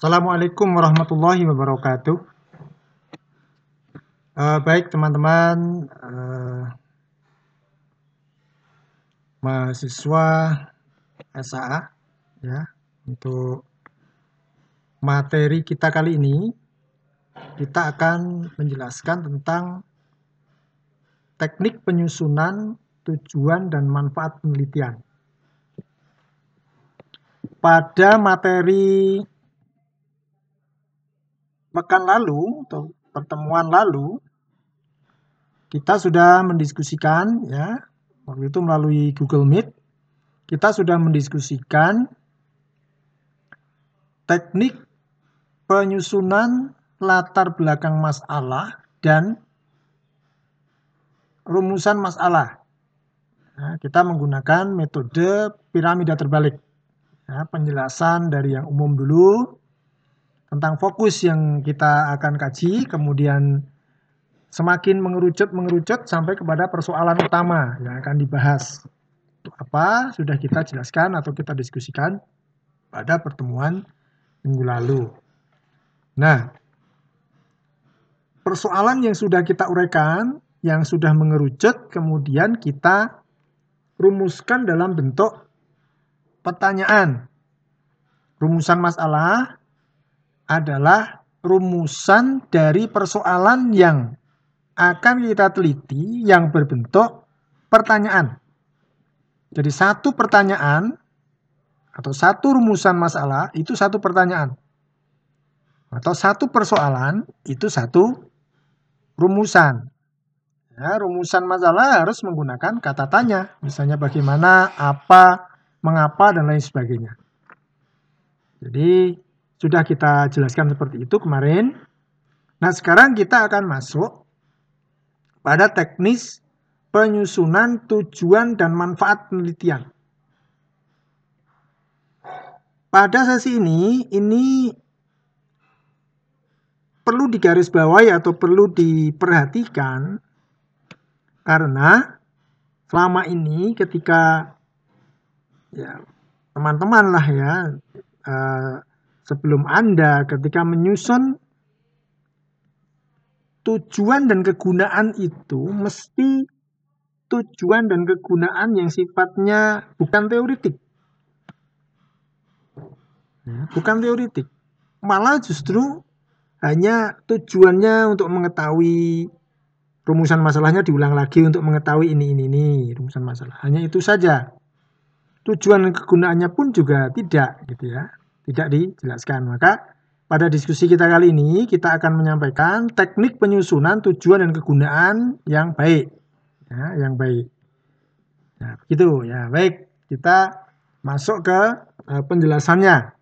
Assalamualaikum warahmatullahi wabarakatuh. Baik teman-teman, mahasiswa SAA ya, untuk materi kita kali ini kita akan menjelaskan tentang teknik penyusunan tujuan dan manfaat penelitian. Pada materi pekan lalu atau pertemuan lalu kita sudah mendiskusikan ya, waktu itu melalui Google Meet kita sudah mendiskusikan teknik penyusunan latar belakang masalah dan rumusan masalah. Nah, kita menggunakan metode piramida terbalik. Ya, penjelasan dari yang umum dulu tentang fokus yang kita akan kaji, kemudian semakin mengerucut sampai kepada persoalan utama yang akan dibahas. Itu apa? Sudah kita jelaskan atau kita diskusikan pada pertemuan minggu lalu. Nah, persoalan yang sudah kita uraikan, yang sudah mengerucut, kemudian kita rumuskan dalam bentuk pertanyaan. Rumusan masalah adalah rumusan dari persoalan yang akan kita teliti yang berbentuk pertanyaan. Jadi satu pertanyaan atau satu rumusan masalah itu satu pertanyaan. Atau satu persoalan itu satu rumusan. Ya, rumusan masalah harus menggunakan kata tanya. Misalnya bagaimana, apa, mengapa, dan lain sebagainya. Jadi sudah kita jelaskan seperti itu kemarin. Nah, sekarang kita akan masuk pada teknis penyusunan tujuan dan manfaat penelitian. Pada sesi ini perlu digarisbawahi atau perlu diperhatikan karena selama ini ketika ya teman-teman lah ya sebelum Anda ketika menyusun tujuan dan kegunaan itu mesti tujuan dan kegunaan yang sifatnya bukan teoretik. Bukan teoretik. Malah justru hanya tujuannya untuk mengetahui rumusan masalahnya diulang lagi untuk mengetahui ini rumusan masalah. Hanya itu saja. Tujuan dan kegunaannya pun juga tidak gitu ya. Tidak dijelaskan. Maka pada diskusi kita kali ini kita akan menyampaikan teknik penyusunan tujuan dan kegunaan yang baik. Ya, yang baik. Nah, begitu ya. Baik, kita masuk ke penjelasannya.